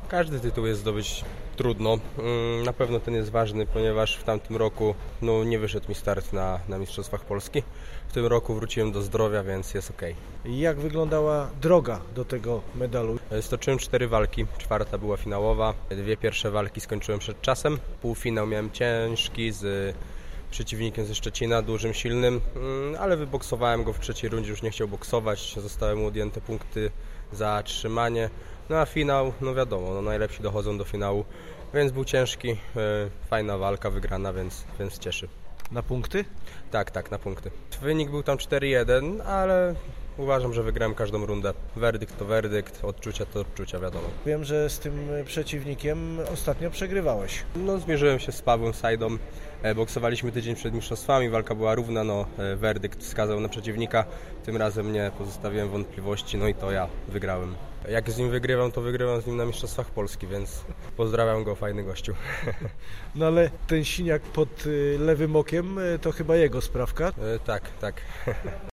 Każdy tytuł jest zdobyć trudno. Na pewno ten jest ważny, ponieważ w tamtym roku nie wyszedł mi start na Mistrzostwach Polski. W tym roku wróciłem do zdrowia, więc jest ok. Jak wyglądała droga do tego medalu? Stoczyłem 4 walki, 4. była finałowa. 2 pierwsze walki skończyłem przed czasem. Półfinał miałem ciężki z przeciwnikiem ze Szczecina, dużym, silnym, ale wyboksowałem go w trzeciej rundzie, już nie chciał boksować. Zostały mu odjęte punkty za trzymanie. No a finał, wiadomo, najlepsi dochodzą do finału, więc był ciężki, fajna walka wygrana, więc cieszy. Na punkty? Tak, na punkty. Wynik był tam 4-1, ale uważam, że wygrałem każdą rundę. Werdykt to werdykt, odczucia to odczucia, wiadomo. Wiem, że z tym przeciwnikiem ostatnio przegrywałeś. Zmierzyłem się z Pawłem Sajdą, boksowaliśmy tydzień przed mistrzostwami, walka była równa, werdykt wskazał na przeciwnika, tym razem nie pozostawiłem wątpliwości, i to ja wygrałem. Jak z nim wygrywam, to wygrywam z nim na Mistrzostwach Polski, więc pozdrawiam go, fajny gościu. Ale ten siniak pod lewym okiem to chyba jego sprawka? Tak.